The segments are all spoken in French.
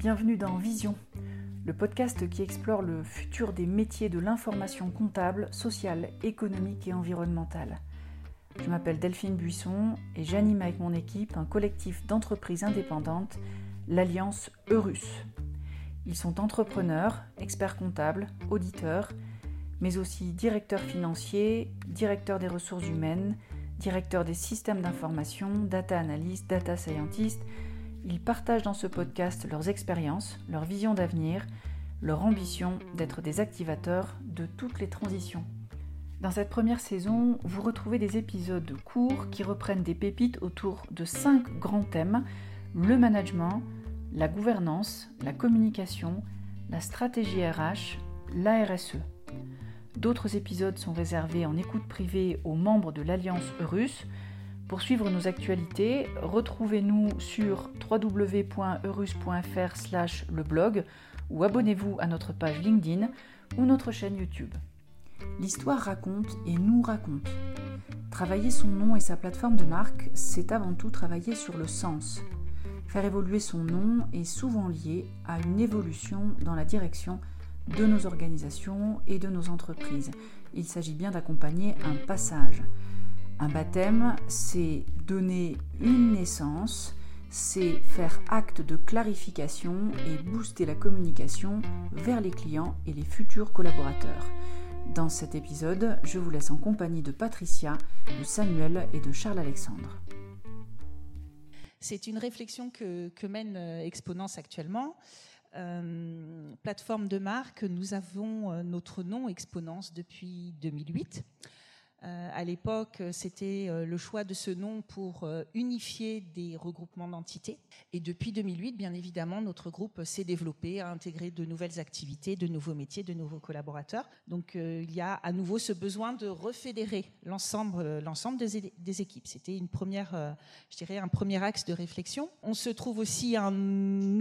bienvenue dans Vision, le podcast qui explore le futur des métiers de l'information comptable, sociale, économique et environnementale. Je m'appelle Delphine Buisson et j'anime avec mon équipe un collectif d'entreprises indépendantes, l'Alliance Eurus. Ils sont entrepreneurs, experts comptables, auditeurs, mais aussi directeurs financiers, directeurs des ressources humaines, directeurs des systèmes d'information, data analystes, data scientists. Ils partagent dans ce podcast leurs expériences, leurs visions d'avenir, leur ambition d'être des activateurs de toutes les transitions. Dans cette première saison, vous retrouvez des épisodes courts qui reprennent des pépites autour de 5 grands thèmes: le management, la gouvernance, la communication, la stratégie RH, la RSE. D'autres épisodes sont réservés en écoute privée aux membres de l'Alliance Eurus. Pour suivre nos actualités, retrouvez-nous sur www.eurus.fr/le-blog ou abonnez-vous à notre page LinkedIn ou notre chaîne YouTube. L'histoire raconte et nous raconte. Travailler son nom et sa plateforme de marque, c'est avant tout travailler sur le sens. Faire évoluer son nom est souvent lié à une évolution dans la direction de nos organisations et de nos entreprises. Il s'agit bien d'accompagner un passage. Un baptême, c'est donner une naissance, c'est faire acte de clarification et booster la communication vers les clients et les futurs collaborateurs. Dans cet épisode, je vous laisse en compagnie de Patricia, de Samuel et de Charles-Alexandre. C'est une réflexion que mène Exponence actuellement. Plateforme de marque, nous avons notre nom Exponence depuis 2008. À l'époque, c'était le choix de ce nom pour unifier des regroupements d'entités. Et depuis 2008, bien évidemment, notre groupe s'est développé, a intégré de nouvelles activités, de nouveaux métiers, de nouveaux collaborateurs. Donc, il y a à nouveau ce besoin de refédérer l'ensemble des équipes. C'était un premier axe de réflexion. On se trouve aussi à une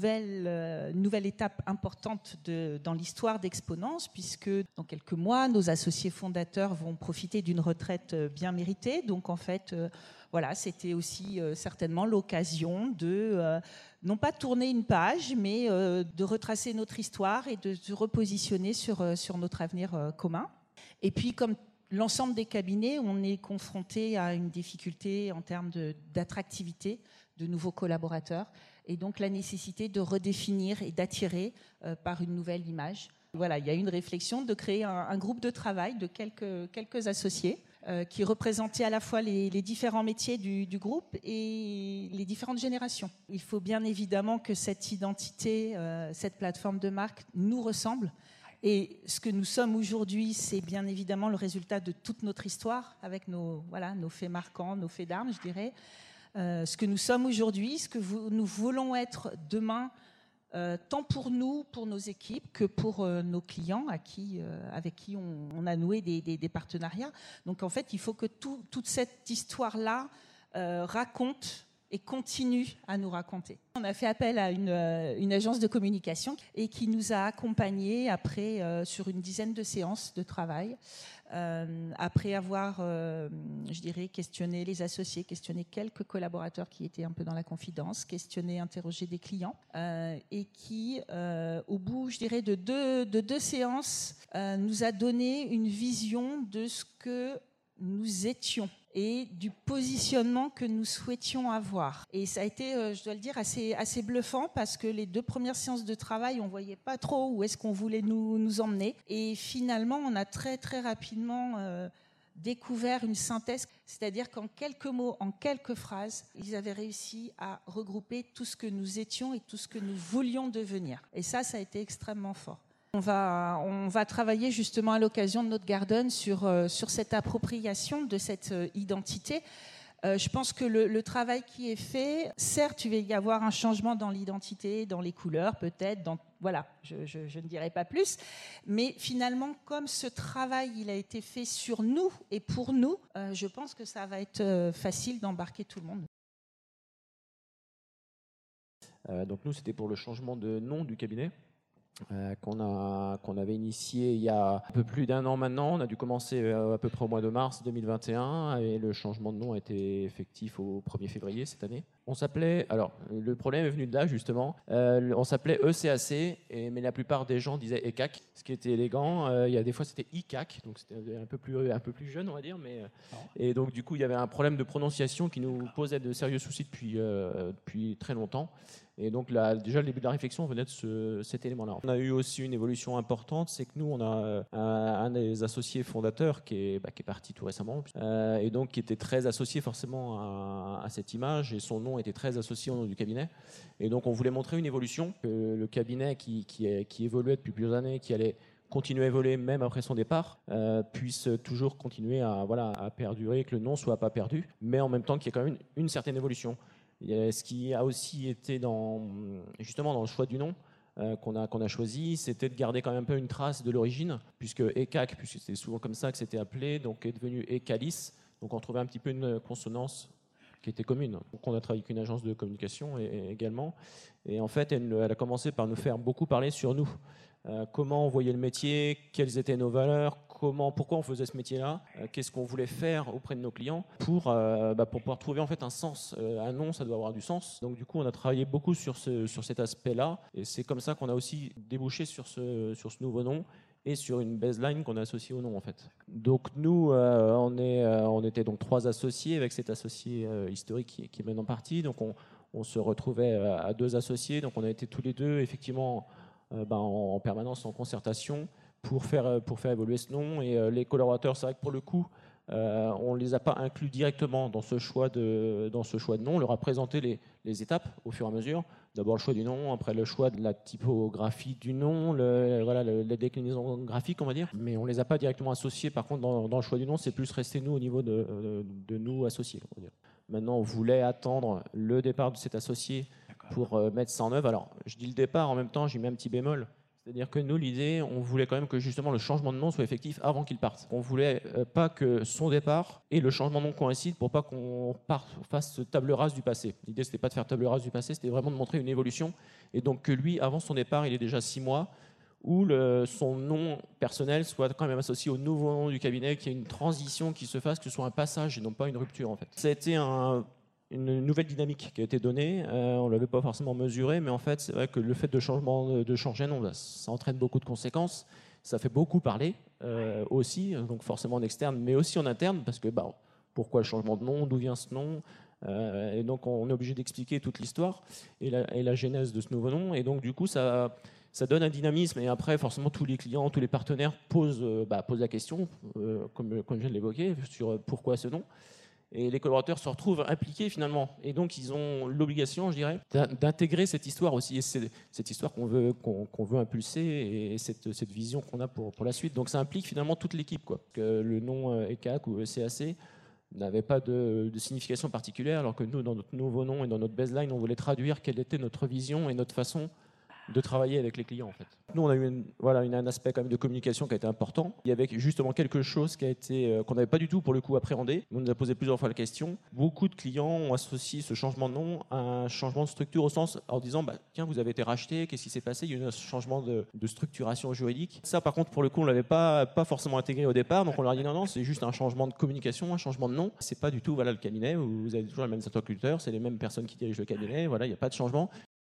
nouvelle étape importante dans l'histoire d'Exponence, puisque dans quelques mois, nos associés fondateurs vont profiter d'une retraite bien méritée. Donc en fait, c'était aussi certainement l'occasion de non pas tourner une page, mais de retracer notre histoire et de se repositionner sur notre avenir commun. Et puis, comme l'ensemble des cabinets, on est confronté à une difficulté en termes d'attractivité de nouveaux collaborateurs, et donc la nécessité de redéfinir et d'attirer par une nouvelle image. Voilà, il y a une réflexion de créer un groupe de travail de quelques associés qui représentaient à la fois les différents métiers du groupe et les différentes générations. Il faut bien évidemment que cette identité, cette plateforme de marque nous ressemble. Et ce que nous sommes aujourd'hui, c'est bien évidemment le résultat de toute notre histoire, avec nos faits marquants, nos faits d'armes, je dirais. Ce que nous sommes aujourd'hui, ce que nous voulons être demain, tant pour nous, pour nos équipes, que pour nos clients avec qui on a noué des partenariats. Donc en fait, il faut que toute cette histoire-là raconte et continue à nous raconter. On a fait appel à une agence de communication et qui nous a accompagnés après sur une dizaine de séances de travail. Après avoir, questionné les associés, questionné quelques collaborateurs qui étaient un peu dans la confidence, questionné, interrogé des clients, et qui, au bout, de deux séances, nous a donné une vision de ce que nous étions et du positionnement que nous souhaitions avoir. Et ça a été, je dois le dire, assez bluffant, parce que les 2 premières séances de travail, on ne voyait pas trop où est-ce qu'on voulait nous emmener. Et finalement, on a très, très rapidement découvert une synthèse, c'est-à-dire qu'en quelques mots, en quelques phrases, ils avaient réussi à regrouper tout ce que nous étions et tout ce que nous voulions devenir. Et ça a été extrêmement fort. On va travailler justement à l'occasion de notre Garden sur cette appropriation de cette identité. Je pense que le travail qui est fait, certes, il va y avoir un changement dans l'identité, dans les couleurs peut-être, je ne dirai pas plus, mais finalement, comme ce travail il a été fait sur nous et pour nous, je pense que ça va être facile d'embarquer tout le monde. Donc nous, c'était pour le changement de nom du cabinet. qu'on avait initié il y a un peu plus d'un an maintenant. On a dû commencer à peu près au mois de mars 2021 et le changement de nom a été effectif au 1er février cette année. On s'appelait, alors le problème est venu de là justement, on s'appelait ECAC, mais la plupart des gens disaient ECAC, ce qui était élégant. Il y a des fois c'était ICAC, donc c'était un peu plus jeune on va dire, et donc du coup il y avait un problème de prononciation qui nous posait de sérieux soucis depuis très longtemps. Et donc déjà le début de la réflexion venait de cet élément-là. On a eu aussi une évolution importante, c'est que nous on a un des associés fondateurs qui est parti tout récemment, et donc qui était très associé forcément à cette image, et son nom était très associé au nom du cabinet. Et donc on voulait montrer une évolution, que le cabinet qui évoluait depuis plusieurs années, qui allait continuer à évoluer même après son départ, puisse toujours continuer à perdurer, que le nom ne soit pas perdu, mais en même temps qu'il y ait quand même une certaine évolution. Ce qui a aussi été justement dans le choix du nom qu'on a choisi, c'était de garder quand même un peu une trace de l'origine, puisque ECAC, puisque c'était souvent comme ça que c'était appelé, donc est devenu ECALIS, donc on trouvait un petit peu une consonance qui était commune. Donc on a travaillé avec une agence de communication également, et en fait elle a commencé par nous faire beaucoup parler sur nous. Comment on voyait le métier, quelles étaient nos valeurs, pourquoi on faisait ce métier-là, qu'est-ce qu'on voulait faire auprès de nos clients pour pouvoir trouver en fait un sens. Un nom, ça doit avoir du sens. Donc du coup, on a travaillé beaucoup sur cet aspect-là, et c'est comme ça qu'on a aussi débouché sur ce nouveau nom et sur une baseline qu'on a associée au nom en fait. Donc nous, on était donc 3 associés avec cet associé historique qui est maintenant parti. Donc on se retrouvait à 2 associés. Donc on a été tous les deux effectivement en permanence en concertation pour faire évoluer ce nom. Et les collaborateurs, c'est vrai que pour le coup, on ne les a pas inclus directement dans ce choix de nom. On leur a présenté les étapes au fur et à mesure. D'abord le choix du nom, après le choix de la typographie du nom, la déclinaison graphique, on va dire. Mais on ne les a pas directement associés. Par contre, dans le choix du nom, c'est plus resté nous au niveau de nous associés, on va dire. Maintenant, on voulait attendre le départ de cet associé pour mettre ça en œuvre. Alors, je dis le départ, en même temps, j'ai mis un petit bémol. C'est-à-dire que nous, l'idée, on voulait quand même que justement le changement de nom soit effectif avant qu'il parte. On voulait pas que son départ et le changement de nom coïncident pour pas qu'on fasse table rase du passé. L'idée, c'était pas de faire table rase du passé, c'était vraiment de montrer une évolution. Et donc que lui, avant son départ, il est déjà 6 mois, où son nom personnel soit quand même associé au nouveau nom du cabinet, qu'il y ait une transition qui se fasse, que ce soit un passage et non pas une rupture en fait. Ça a été une nouvelle dynamique qui a été donnée. On ne l'avait pas forcément mesuré, mais en fait, c'est vrai que le fait de changer un nom, ça entraîne beaucoup de conséquences. Ça fait beaucoup parler aussi, donc forcément en externe, mais aussi en interne, parce que pourquoi le changement de nom, d'où vient ce nom, et donc on est obligé d'expliquer toute l'histoire et la genèse de ce nouveau nom. Et donc du coup, ça donne un dynamisme. Et après, forcément, tous les clients, tous les partenaires posent la question, comme je viens de l'évoquer, sur pourquoi ce nom. Et les collaborateurs se retrouvent impliqués finalement. Et donc ils ont l'obligation, je dirais, d'intégrer cette histoire aussi. Et c'est cette histoire qu'on veut impulser, et cette vision qu'on a pour la suite. Donc ça implique finalement toute l'équipe, quoi. Que le nom ECAC ou ECAC n'avait pas de signification particulière, alors que nous, dans notre nouveau nom et dans notre baseline, on voulait traduire quelle était notre vision et notre façon de travailler avec les clients en fait. Nous on a eu un aspect quand même de communication qui a été important. Il y avait justement quelque chose qu'on n'avait pas du tout pour le coup appréhendé. On nous a posé plusieurs fois la question. Beaucoup de clients ont associé ce changement de nom à un changement de structure, au sens en disant tiens, vous avez été racheté, qu'est-ce qui s'est passé? Il y a eu un changement de structuration juridique. Ça par contre pour le coup on l'avait pas forcément intégré au départ, donc on leur a dit non, c'est juste un changement de communication, un changement de nom. C'est pas du tout le cabinet où vous avez toujours les mêmes interlocuteurs, c'est les mêmes personnes qui dirigent le cabinet, il n'y a pas de changement.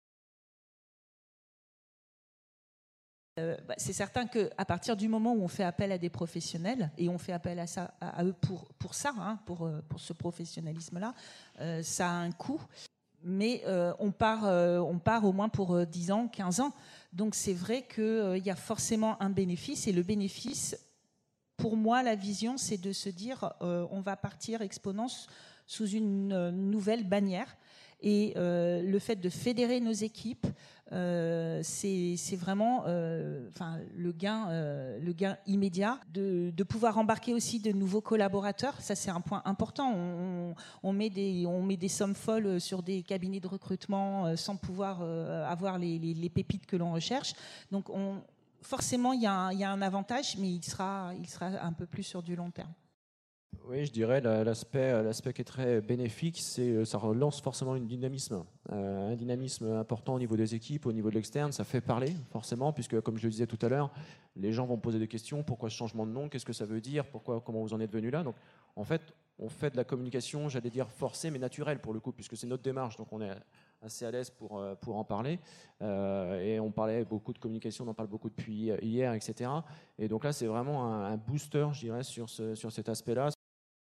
C'est certain qu'à partir du moment où on fait appel à des professionnels, et on fait appel à eux pour ça, pour ce professionnalisme-là, ça a un coût, mais on part au moins pour 10 ans, 15 ans. Donc c'est vrai qu'il y a forcément un bénéfice, et le bénéfice, pour moi, la vision, c'est de se dire on va partir Exponence sous une nouvelle bannière. Et le fait de fédérer nos équipes, c'est vraiment le gain immédiat de pouvoir embarquer aussi de nouveaux collaborateurs. Ça, c'est un point important. On met des sommes folles sur des cabinets de recrutement sans pouvoir avoir les pépites que l'on recherche. Donc, forcément, il y a un avantage, mais il sera un peu plus sur du long terme. Oui, je dirais l'aspect qui est très bénéfique, c'est ça relance forcément un dynamisme important au niveau des équipes, au niveau de l'externe. Ça fait parler forcément, puisque comme je le disais tout à l'heure, les gens vont poser des questions. Pourquoi ce changement de nom? Qu'est-ce que ça veut dire? Comment vous en êtes venu là? Donc, en fait, on fait de la communication, j'allais dire forcée, mais naturelle pour le coup, puisque c'est notre démarche. Donc, on est assez à l'aise pour en parler. Et on parlait beaucoup de communication, on en parle beaucoup depuis hier, etc. Et donc là, c'est vraiment un booster, je dirais, sur cet aspect-là.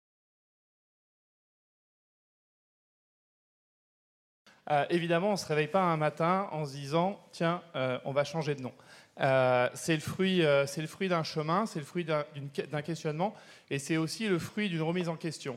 Évidemment, on ne se réveille pas un matin en se disant « Tiens, on va changer de nom ». C'est le fruit d'un chemin, c'est le fruit d'un questionnement, et c'est aussi le fruit d'une remise en question.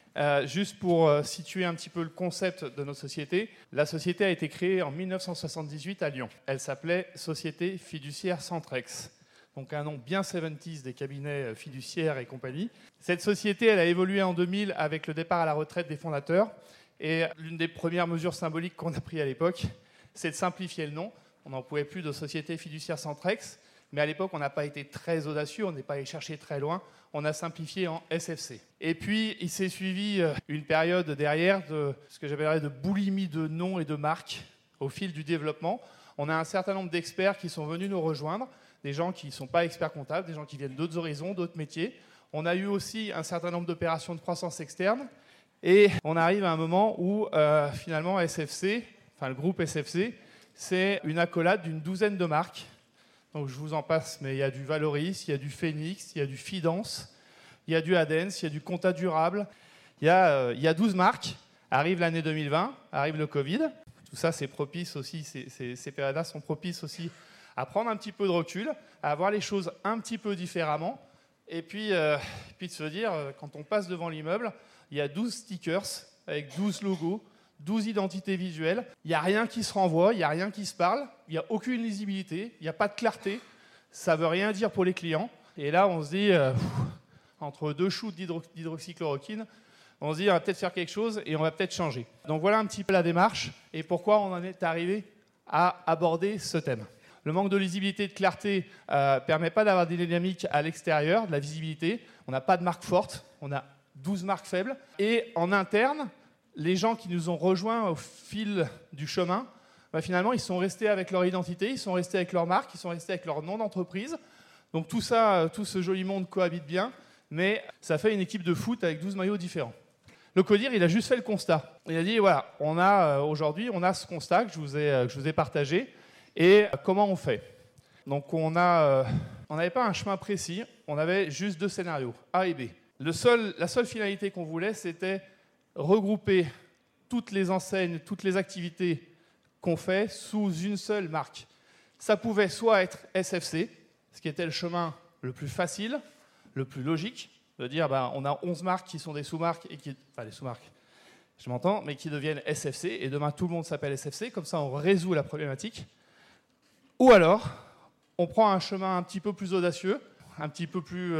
Juste pour situer un petit peu le concept de notre société, la société a été créée en 1978 à Lyon. Elle s'appelait Société Fiduciaire Centrex. Donc un nom bien 70s des cabinets fiduciaires et compagnie. Cette société, elle a évolué en 2000 avec le départ à la retraite des fondateurs. Et l'une des premières mesures symboliques qu'on a prises à l'époque, c'est de simplifier le nom. On n'en pouvait plus de Société Fiduciaire Centrex, mais à l'époque, on n'a pas été très audacieux, on n'est pas allé chercher très loin. On a simplifié en SFC. Et puis, il s'est suivi une période derrière de ce que j'appellerais de boulimie de noms et de marques au fil du développement. On a un certain nombre d'experts qui sont venus nous rejoindre, des gens qui ne sont pas experts comptables, des gens qui viennent d'autres horizons, d'autres métiers. On a eu aussi un certain nombre d'opérations de croissance externe. Et on arrive à un moment où, finalement, SFC, enfin le groupe SFC, c'est une accolade d'une douzaine de marques. Donc je vous en passe, mais il y a du Valoris, il y a du Phoenix, il y a du Fidance, il y a du Adens, il y a du Compta Durable. Il y a 12 marques. Arrive l'année 2020, arrive le Covid. Tout ça, c'est propice aussi, ces périodes-là sont propices aussi à prendre un petit peu de recul, à voir les choses un petit peu différemment. Et puis de se dire, quand on passe devant l'immeuble, il y a 12 stickers avec 12 logos, 12 identités visuelles. Il n'y a rien qui se renvoie, il n'y a rien qui se parle, il n'y a aucune lisibilité, il n'y a pas de clarté. Ça ne veut rien dire pour les clients. Et là, on se dit, entre deux shoots d'hydroxychloroquine, on se dit, on va peut-être faire quelque chose et on va peut-être changer. Donc voilà un petit peu la démarche et pourquoi on en est arrivé à aborder ce thème. Le manque de lisibilité et de clarté ne permet pas d'avoir des dynamiques à l'extérieur, de la visibilité. On n'a pas de marque forte, on a 12 marques faibles. Et en interne, les gens qui nous ont rejoints au fil du chemin, finalement, ils sont restés avec leur identité, ils sont restés avec leur marque, ils sont restés avec leur nom d'entreprise. Donc tout ça, tout ce joli monde cohabite bien, mais ça fait une équipe de foot avec 12 maillots différents. Le CODIR, il a juste fait le constat. Il a dit, voilà, aujourd'hui, on a ce constat que je vous ai partagé, et comment on fait? Donc on n'avait pas un chemin précis, on avait juste deux scénarios, A et B. La seule finalité qu'on voulait, c'était regrouper toutes les enseignes, toutes les activités qu'on fait sous une seule marque. Ça pouvait soit être SFC, ce qui était le chemin le plus facile, le plus logique, de dire on a 11 marques qui sont des sous-marques, des sous-marques, je m'entends, mais qui deviennent SFC, et demain tout le monde s'appelle SFC, comme ça on résout la problématique. Ou alors, on prend un chemin un petit peu plus audacieux, un petit peu plus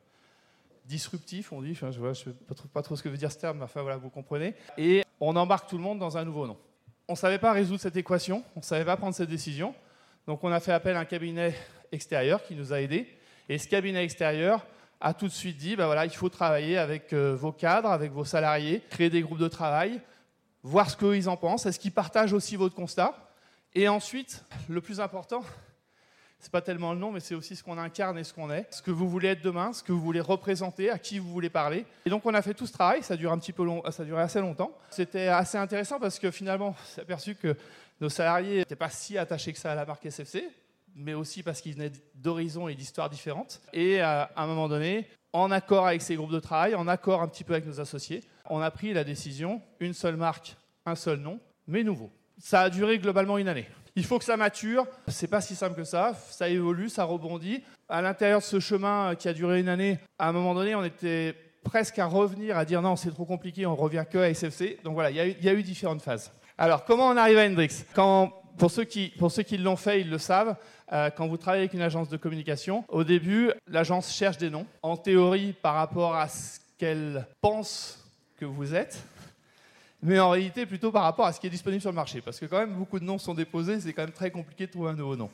disruptif, on dit, je ne sais pas trop ce que veut dire ce terme, mais enfin voilà, vous comprenez, et on embarque tout le monde dans un nouveau nom. On ne savait pas résoudre cette équation, on ne savait pas prendre cette décision, donc on a fait appel à un cabinet extérieur qui nous a aidés, et ce cabinet extérieur a tout de suite dit, il faut travailler avec vos cadres, avec vos salariés, créer des groupes de travail, voir ce qu'ils en pensent, est-ce qu'ils partagent aussi votre constat, et ensuite, le plus important, c'est pas tellement le nom, mais c'est aussi ce qu'on incarne et ce qu'on est, ce que vous voulez être demain, ce que vous voulez représenter, à qui vous voulez parler. Et donc on a fait tout ce travail, ça dure ça a duré assez longtemps. C'était assez intéressant parce que finalement, on s'est aperçu que nos salariés n'étaient pas si attachés que ça à la marque SFC, mais aussi parce qu'ils venaient d'horizons et d'histoires différentes. Et à un moment donné, en accord avec ces groupes de travail, en accord un petit peu avec nos associés, on a pris la décision, une seule marque, un seul nom, mais nouveau. Ça a duré globalement une année. Il faut que ça mature, c'est pas si simple que ça évolue, ça rebondit. À l'intérieur de ce chemin qui a duré une année, à un moment donné, on était presque à revenir, à dire non, c'est trop compliqué, on revient que à SFC. Donc voilà, il y a eu différentes phases. Alors, comment on arrive à Hendrix? Pour ceux qui l'ont fait, ils le savent, quand vous travaillez avec une agence de communication, au début, l'agence cherche des noms, en théorie par rapport à ce qu'elle pense que vous êtes, mais en réalité plutôt par rapport à ce qui est disponible sur le marché. Parce que quand même, beaucoup de noms sont déposés, c'est quand même très compliqué de trouver un nouveau nom.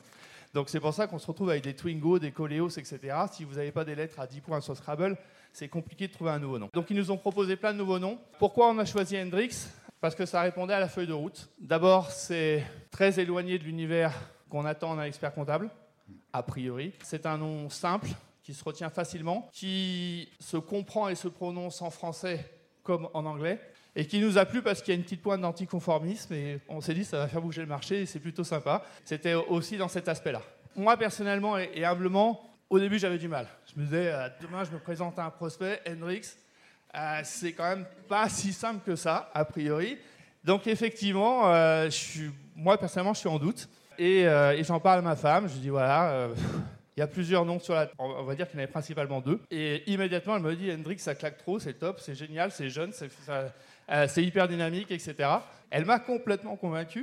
Donc c'est pour ça qu'on se retrouve avec des Twingo, des Coleos, etc. Si vous n'avez pas des lettres à 10 points sur Scrabble, c'est compliqué de trouver un nouveau nom. Donc ils nous ont proposé plein de nouveaux noms. Pourquoi on a choisi Hendrix ? Parce que ça répondait à la feuille de route. D'abord, c'est très éloigné de l'univers qu'on attend d'un expert comptable, a priori. C'est un nom simple, qui se retient facilement, qui se comprend et se prononce en français comme en anglais, et qui nous a plu parce qu'il y a une petite pointe d'anticonformisme, et on s'est dit ça va faire bouger le marché, et c'est plutôt sympa. C'était aussi dans cet aspect-là. Moi, personnellement et humblement, au début, j'avais du mal. Je me disais, demain, je me présente à un prospect, Hendrix, c'est quand même pas si simple que ça, a priori. Donc, effectivement, moi, personnellement, je suis en doute. Et j'en parle à ma femme. Je lui dis, voilà, il y a plusieurs noms sur la... On va dire qu'il y en avait principalement 2. Et immédiatement, elle me dit, Hendrix, ça claque trop, c'est top, c'est génial, c'est jeune, c'est hyper dynamique, etc. Elle m'a complètement convaincu.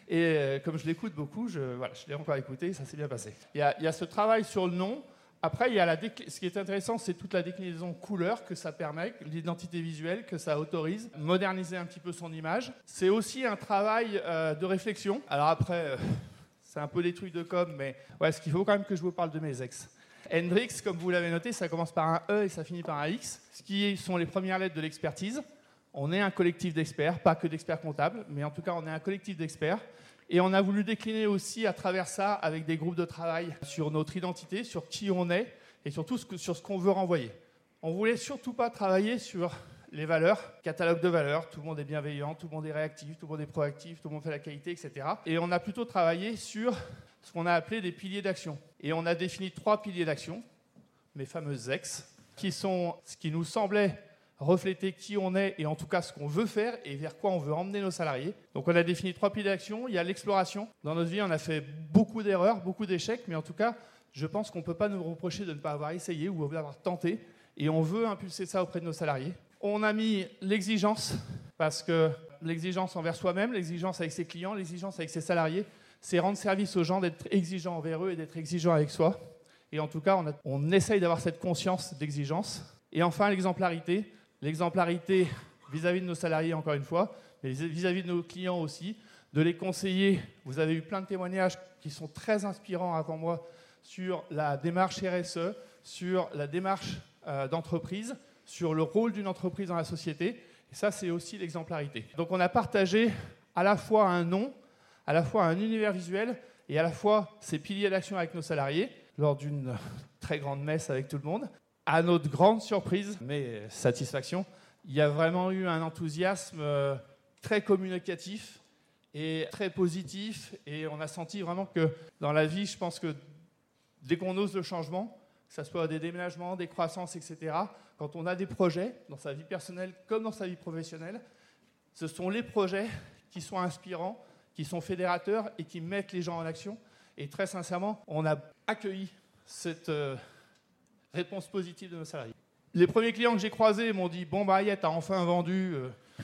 Et comme je l'écoute beaucoup, je l'ai encore écouté, ça s'est bien passé. Il y a ce travail sur le nom. Après, il y a ce qui est intéressant, c'est toute la déclinaison couleur que ça permet, l'identité visuelle que ça autorise, moderniser un petit peu son image. C'est aussi un travail de réflexion. Alors après, c'est un peu des trucs de com, mais ouais, ce qu'il faut quand même que je vous parle de mes ex. Hendrix, comme vous l'avez noté, ça commence par un E et ça finit par un X, ce qui sont les premières lettres de l'expertise. On est un collectif d'experts, pas que d'experts comptables, mais en tout cas, on est un collectif d'experts. Et on a voulu décliner aussi à travers ça, avec des groupes de travail, sur notre identité, sur qui on est et surtout sur ce qu'on veut renvoyer. On ne voulait surtout pas travailler sur les valeurs, catalogue de valeurs, tout le monde est bienveillant, tout le monde est réactif, tout le monde est proactif, tout le monde fait la qualité, etc. Et on a plutôt travaillé sur ce qu'on a appelé des piliers d'action. Et on a défini 3 piliers d'action, mes fameuses ex, qui sont ce qui nous semblait refléter qui on est et en tout cas ce qu'on veut faire et vers quoi on veut emmener nos salariés. Donc on a défini 3 piliers d'action. Il y a l'exploration. Dans notre vie, on a fait beaucoup d'erreurs, beaucoup d'échecs, mais en tout cas, je pense qu'on ne peut pas nous reprocher de ne pas avoir essayé ou d'avoir tenté. Et on veut impulser ça auprès de nos salariés. On a mis l'exigence, parce que l'exigence envers soi-même, l'exigence avec ses clients, l'exigence avec ses salariés, c'est rendre service aux gens, d'être exigeant envers eux et d'être exigeant avec soi. Et en tout cas, on essaye d'avoir cette conscience d'exigence. Et enfin, l'exemplarité. L'exemplarité vis-à-vis de nos salariés, encore une fois, mais vis-à-vis de nos clients aussi, de les conseiller. Vous avez eu plein de témoignages qui sont très inspirants avant moi sur la démarche RSE, sur la démarche d'entreprise, sur le rôle d'une entreprise dans la société. Et ça, c'est aussi l'exemplarité. Donc on a partagé à la fois un nom, à la fois un univers visuel et à la fois ces piliers d'action avec nos salariés lors d'une très grande messe avec tout le monde. À notre grande surprise, mais satisfaction, il y a vraiment eu un enthousiasme très communicatif et très positif. Et on a senti vraiment que dans la vie, je pense que dès qu'on ose le changement, que ce soit des déménagements, des croissances, etc., quand on a des projets, dans sa vie personnelle comme dans sa vie professionnelle, ce sont les projets qui sont inspirants, qui sont fédérateurs et qui mettent les gens en action. Et très sincèrement, on a accueilli cette... réponse positive de nos salariés. Les premiers clients que j'ai croisés m'ont dit « Bon, bah, t'as enfin vendu,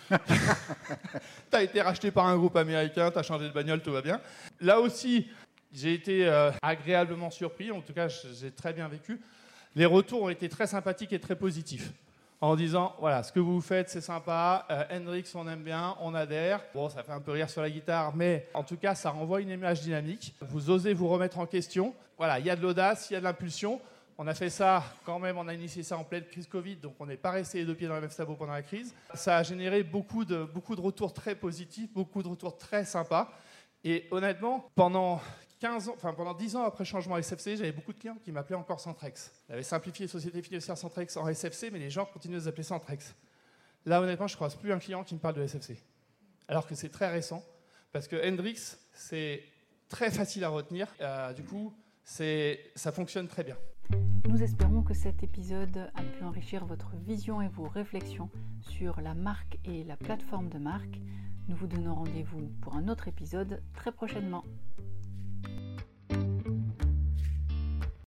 t'as été racheté par un groupe américain, t'as changé de bagnole, tout va bien. » Là aussi, j'ai été agréablement surpris, en tout cas, j'ai très bien vécu. Les retours ont été très sympathiques et très positifs, en disant « Voilà, ce que vous faites, c'est sympa, Hendrix, on aime bien, on adhère. Bon, ça fait un peu rire sur la guitare, mais en tout cas, ça renvoie une image dynamique. Vous osez vous remettre en question. Voilà, il y a de l'audace, il y a de l'impulsion. » On a fait ça quand même, on a initié ça en pleine crise Covid, donc on n'est pas resté les 2 pieds dans le même sabot pendant la crise. Ça a généré beaucoup de retours très positifs, beaucoup de retours très sympas. Et honnêtement, pendant 10 ans après changement SFC, j'avais beaucoup de clients qui m'appelaient encore Centrex. J'avais simplifié Société Financière Centrex en SFC, mais les gens continuent de s'appeler Centrex. Là, honnêtement, je ne croise plus un client qui me parle de SFC. Alors que c'est très récent, parce que Hendrix, c'est très facile à retenir. Du coup, ça fonctionne très bien. Nous espérons que cet épisode a pu enrichir votre vision et vos réflexions sur la marque et la plateforme de marque. Nous vous donnons rendez-vous pour un autre épisode très prochainement.